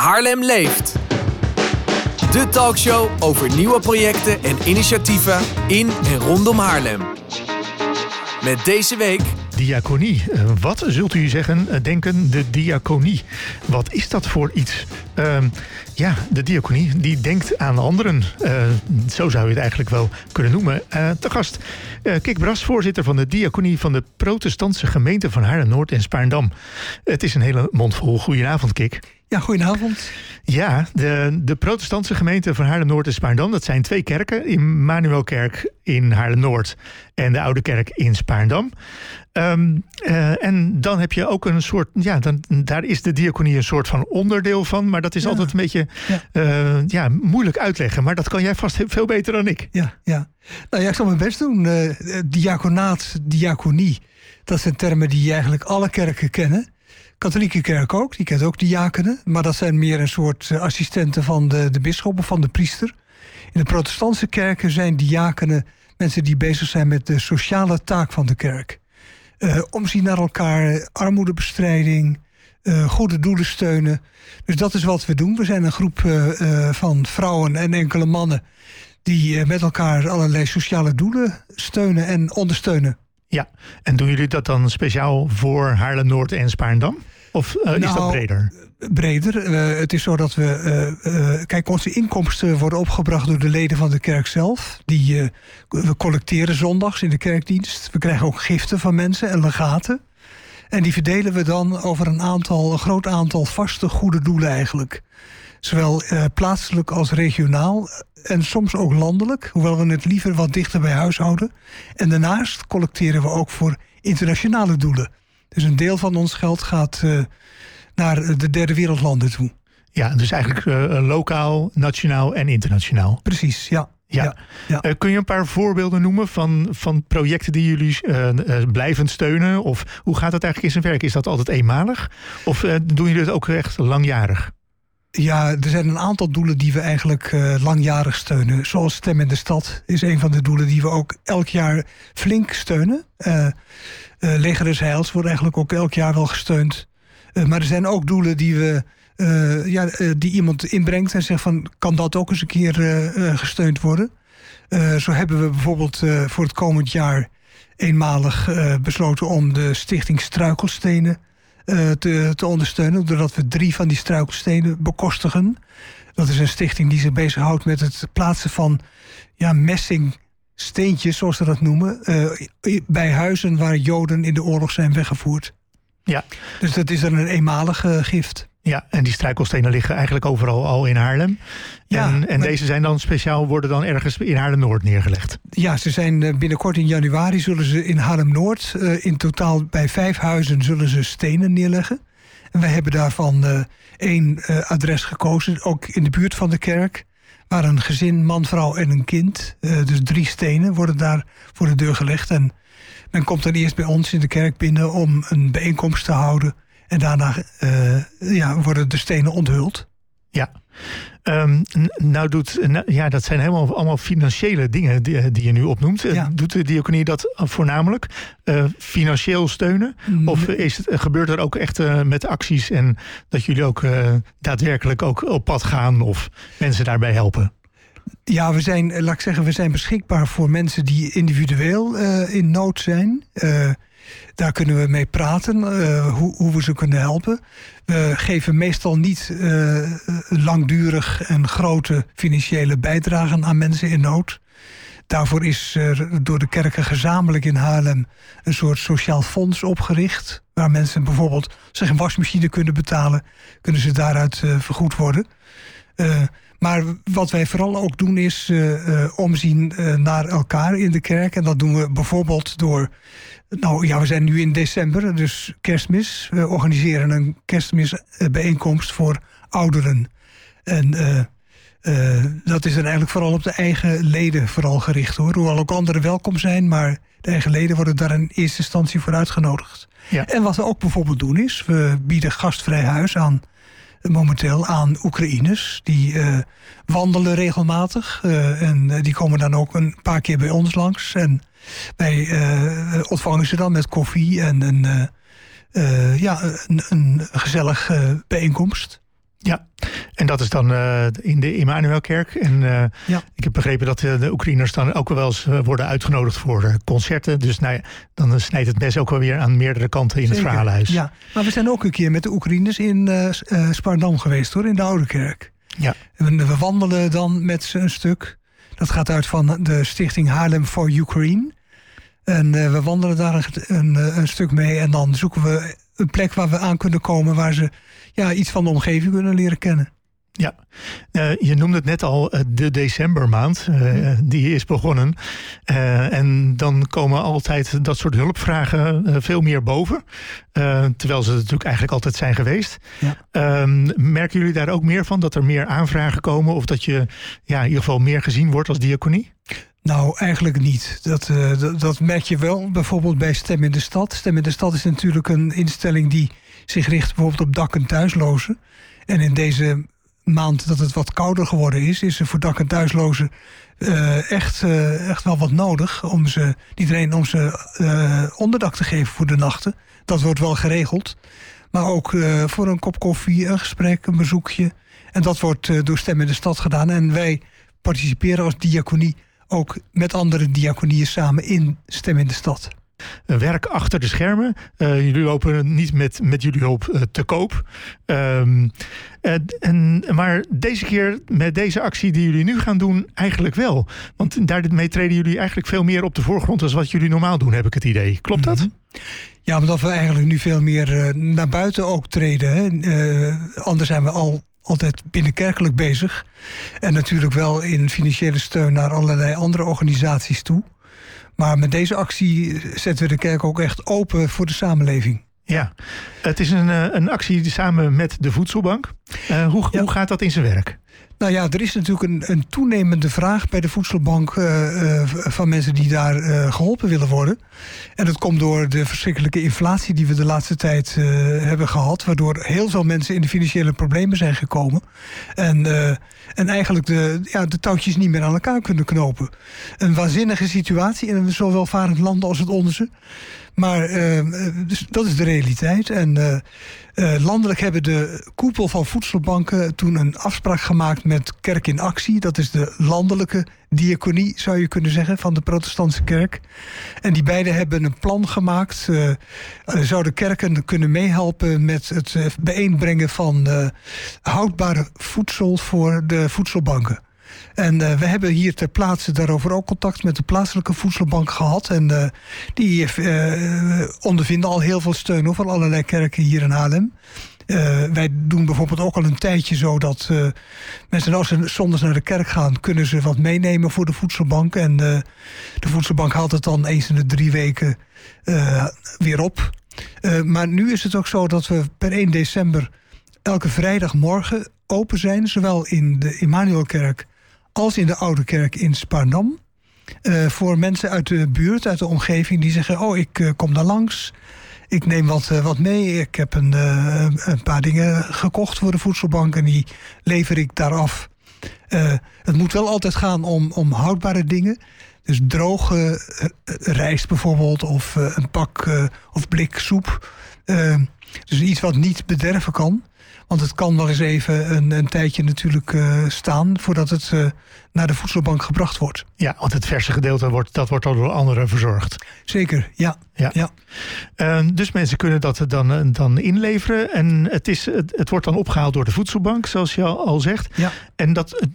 Haarlem leeft. De talkshow over nieuwe projecten en initiatieven in en rondom Haarlem. Met deze week... Diaconie. Wat zult u denken, de diaconie? Wat is dat voor iets? De diaconie die denkt aan anderen. Zo zou je het eigenlijk wel kunnen noemen. Te gast Kik Bras, voorzitter van de diaconie van de protestantse gemeente van Haarlem-Noord en Spaarndam. Het is een hele mond vol. Goedenavond, Kik. Ja, goedenavond. Ja, de protestantse gemeente van Haarlem-Noord en Spaarndam, dat zijn 2 kerken. Immanuelkerk in Haarlem-Noord en de Oude Kerk in Spaarndam. En dan heb je ook een soort... Ja, daar is de diaconie een soort van onderdeel van. Maar dat is altijd een beetje moeilijk uitleggen. Maar dat kan jij vast veel beter dan ik. Ja. Nou ja, ik zal mijn best doen. Diaconaat, diaconie. Dat zijn termen die eigenlijk alle kerken kennen. Katholieke kerk ook, die kent ook diakenen. Maar dat zijn meer een soort assistenten van de bisschop of van de priester. In de protestantse kerken zijn diakenen mensen die bezig zijn met de sociale taak van de kerk. Omzien naar elkaar, armoedebestrijding, goede doelen steunen. Dus dat is wat we doen. We zijn een groep van vrouwen en enkele mannen die met elkaar allerlei sociale doelen steunen en ondersteunen. Ja, en doen jullie dat dan speciaal voor Haarlem-Noord en Spaarndam? Of is dat breder? Breder. Het is zo dat we... onze inkomsten worden opgebracht door de leden van de kerk zelf. We collecteren zondags in de kerkdienst. We krijgen ook giften van mensen en legaten. En die verdelen we dan over een groot aantal vaste goede doelen eigenlijk. Zowel plaatselijk als regionaal. En soms ook landelijk, hoewel we het liever wat dichter bij huis houden. En daarnaast collecteren we ook voor internationale doelen. Dus een deel van ons geld gaat naar de derde wereldlanden toe. Ja, dus eigenlijk lokaal, nationaal en internationaal. Precies, ja. Kun je een paar voorbeelden noemen van projecten die jullie blijvend steunen? Of hoe gaat dat eigenlijk in zijn werk? Is dat altijd eenmalig? Of doen jullie het ook echt langjarig? Ja, er zijn een aantal doelen die we eigenlijk langjarig steunen. Zoals Stem in de Stad is een van de doelen die we ook elk jaar flink steunen. Leger des Heils wordt eigenlijk ook elk jaar wel gesteund. Maar er zijn ook doelen die iemand inbrengt en zegt van, kan dat ook eens een keer gesteund worden? Zo hebben we bijvoorbeeld voor het komend jaar eenmalig besloten om de stichting Struikelstenen te ondersteunen, doordat we 3 van die struikelstenen bekostigen. Dat is een stichting die zich bezighoudt met het plaatsen van messingsteentjes, zoals ze dat noemen, bij huizen waar Joden in de oorlog zijn weggevoerd. Ja. Dus dat is dan een eenmalige gift. Ja, en die struikelstenen liggen eigenlijk overal al in Haarlem. En deze zijn dan worden dan ergens in Haarlem-Noord neergelegd. Ja, ze zijn binnenkort in januari zullen ze in Haarlem-Noord in totaal bij 5 huizen zullen ze stenen neerleggen. En wij hebben daarvan 1 adres gekozen, ook in de buurt van de kerk, waar een gezin, man, vrouw en een kind, dus 3 stenen worden daar voor de deur gelegd. En men komt dan eerst bij ons in de kerk binnen om een bijeenkomst te houden. En daarna worden de stenen onthuld. Ja. Dat zijn allemaal financiële dingen die je nu opnoemt. Ja. Doet de diaconie dat voornamelijk? Financieel steunen? Of gebeurt er ook echt met acties en dat jullie ook daadwerkelijk ook op pad gaan of mensen daarbij helpen? Ja, we zijn beschikbaar voor mensen die individueel in nood zijn. Daar kunnen we mee praten, hoe we ze kunnen helpen. We geven meestal niet langdurig en grote financiële bijdragen aan mensen in nood. Daarvoor is door de kerken gezamenlijk in Haarlem een soort sociaal fonds opgericht, waar mensen bijvoorbeeld zich een wasmachine kunnen betalen, kunnen ze daaruit vergoed worden. Maar wat wij vooral ook doen is omzien naar elkaar in de kerk. En dat doen we bijvoorbeeld door... we zijn nu in december, dus kerstmis. We organiseren een kerstmisbijeenkomst voor ouderen. En dat is dan eigenlijk vooral op de eigen leden vooral gericht, hoor. Hoewel ook anderen welkom zijn, maar de eigen leden worden daar in eerste instantie voor uitgenodigd. Ja. En wat we ook bijvoorbeeld doen is, we bieden gastvrij huis aan momenteel aan Oekraïners. Die wandelen regelmatig. En die komen dan ook een paar keer bij ons langs. En wij ontvangen ze dan met koffie en een gezellig bijeenkomst. Ja, en dat is dan in de Immanuelkerk. En ik heb begrepen dat de Oekraïners dan ook wel eens worden uitgenodigd voor concerten. Dus dan snijdt het mes ook wel weer aan meerdere kanten in het verhalenhuis. Ja, maar we zijn ook een keer met de Oekraïners in Spaarndam geweest, hoor, in de Oude Kerk. Ja. We wandelen dan met ze een stuk. Dat gaat uit van de stichting Haarlem for Ukraine. En we wandelen daar een stuk mee. En dan zoeken we een plek waar we aan kunnen komen, waar ze iets van de omgeving kunnen leren kennen. Ja, je noemde het net al, de decembermaand, die is begonnen. En dan komen altijd dat soort hulpvragen veel meer boven. Terwijl ze natuurlijk eigenlijk altijd zijn geweest. Ja. Merken jullie daar ook meer van, dat er meer aanvragen komen? Of dat je in ieder geval meer gezien wordt als diaconie? Nou, eigenlijk niet. Dat merk je wel bijvoorbeeld bij Stem in de Stad. Stem in de Stad is natuurlijk een instelling die zich richt bijvoorbeeld op dak- en thuislozen. En in deze maand dat het wat kouder geworden is er voor dak- en thuislozen echt wel wat nodig om ze onderdak te geven voor de nachten. Dat wordt wel geregeld. Maar ook voor een kop koffie, een gesprek, een bezoekje. En dat wordt door Stem in de Stad gedaan. En wij participeren als diaconie ook met andere diaconieën samen in Stem in de Stad. Werk achter de schermen. Jullie lopen niet met jullie hulp te koop. Maar deze keer met deze actie die jullie nu gaan doen, eigenlijk wel. Want daarmee treden jullie eigenlijk veel meer op de voorgrond dan wat jullie normaal doen, heb ik het idee. Klopt dat? Ja, omdat we eigenlijk nu veel meer naar buiten ook treden. Hè. Anders zijn we altijd binnenkerkelijk bezig. En natuurlijk wel in financiële steun naar allerlei andere organisaties toe. Maar met deze actie zetten we de kerk ook echt open voor de samenleving. Ja, het is een actie samen met de Voedselbank. Hoe gaat dat in zijn werk? Nou ja, er is natuurlijk een toenemende vraag bij de Voedselbank van mensen die daar geholpen willen worden. En dat komt door de verschrikkelijke inflatie die we de laatste tijd hebben gehad, waardoor heel veel mensen in de financiële problemen zijn gekomen. En eigenlijk de touwtjes niet meer aan elkaar kunnen knopen. Een waanzinnige situatie in een zo welvarend land als het onze. Maar dus dat is de realiteit. En landelijk hebben de koepel van voedselbanken toen een afspraak gemaakt met Kerk in Actie. Dat is de landelijke diaconie, zou je kunnen zeggen, van de protestantse kerk. En die beiden hebben een plan gemaakt. Zouden kerken kunnen meehelpen met het bijeenbrengen van houdbare voedsel voor de voedselbanken. En we hebben hier ter plaatse daarover ook contact met de plaatselijke voedselbank gehad. En die ondervinden al heel veel steun van allerlei kerken hier in Haarlem. Wij doen bijvoorbeeld ook al een tijdje zo dat mensen als ze zondags naar de kerk gaan, kunnen ze wat meenemen voor de voedselbank. En de voedselbank haalt het dan eens in de 3 weken weer op. Maar nu is het ook zo dat we per 1 december elke vrijdagmorgen open zijn, zowel in de Immanuelkerk als in de Oude Kerk in Spaarndam. Voor mensen uit de buurt, uit de omgeving, die zeggen: ik kom daar langs. Ik neem wat mee. Ik heb een paar dingen gekocht voor de voedselbank en die lever ik daar af. Het moet wel altijd gaan om houdbare dingen. Dus droge rijst bijvoorbeeld, of een pak of blik soep. Dus iets wat niet bederven kan. Want het kan wel eens even een tijdje natuurlijk staan voordat het naar de voedselbank gebracht wordt. Ja, want het verse gedeelte wordt al door anderen verzorgd. Zeker, ja. Dus mensen kunnen dat dan inleveren. En het wordt dan opgehaald door de voedselbank, zoals je al zegt. Ja. En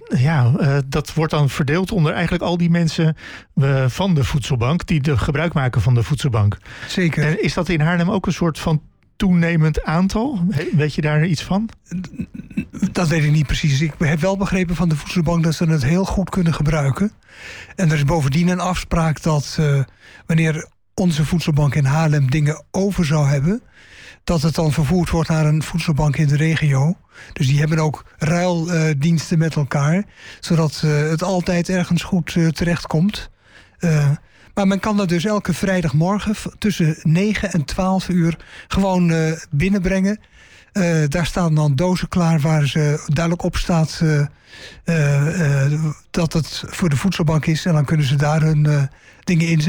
dat wordt dan verdeeld onder eigenlijk al die mensen van de voedselbank die gebruik maken van de voedselbank. Zeker. En is dat in Haarlem ook een soort van toenemend aantal? Weet je daar iets van? Dat weet ik niet precies. Ik heb wel begrepen van de voedselbank dat ze het heel goed kunnen gebruiken. En er is bovendien een afspraak dat wanneer onze voedselbank in Haarlem dingen over zou hebben, dat het dan vervoerd wordt naar een voedselbank in de regio. Dus die hebben ook ruildiensten met elkaar, zodat het altijd ergens goed terechtkomt. Maar men kan dat dus elke vrijdagmorgen tussen 9 en 12 uur gewoon binnenbrengen. Daar staan dan dozen klaar waar ze duidelijk op staat dat het voor de voedselbank is. En dan kunnen ze daar hun dingen inzetten.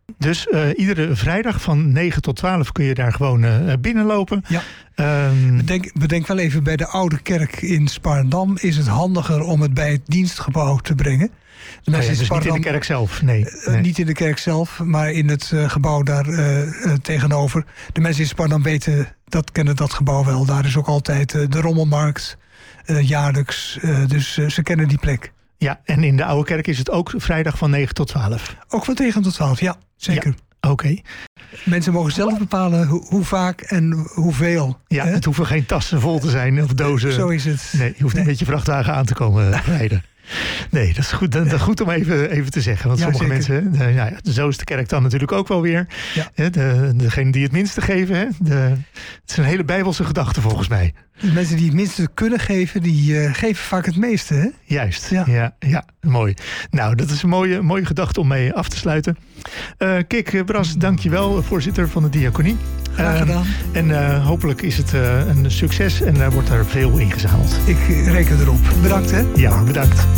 Dus iedere vrijdag van 9 tot 12 kun je daar gewoon binnenlopen. Ja. Bedenk wel even, bij de oude kerk in Spaarndam is het handiger om het bij het dienstgebouw te brengen. Dus niet in de kerk zelf? Nee. Niet in de kerk zelf, maar in het gebouw daar tegenover. De mensen in Spaarndam kennen dat gebouw wel. Daar is ook altijd de rommelmarkt, jaarlijks. Dus ze kennen die plek. Ja, en in de oude kerk is het ook vrijdag van 9 tot 12? Ook van 9 tot 12, ja, zeker. Ja, oké. Mensen mogen zelf bepalen hoe vaak en hoeveel. Ja, het hoeven geen tassen vol te zijn of dozen. Zo is het. Nee, je hoeft niet met je vrachtwagen aan te komen rijden. Nee, dat is goed, dat is goed om even te zeggen. Want sommige mensen, zo is de kerk dan natuurlijk ook wel weer. Ja. Degene die het minste geven, het is een hele bijbelse gedachte volgens mij. De mensen die het minste kunnen geven, die geven vaak het meeste. Hè? Juist, ja, mooi. Nou, dat is een mooie gedachte om mee af te sluiten. Kik Bras, dank je wel, voorzitter van de diaconie. Graag gedaan. En hopelijk is het een succes en wordt er veel ingezameld. Ik reken erop. Bedankt, hè? Ja, bedankt.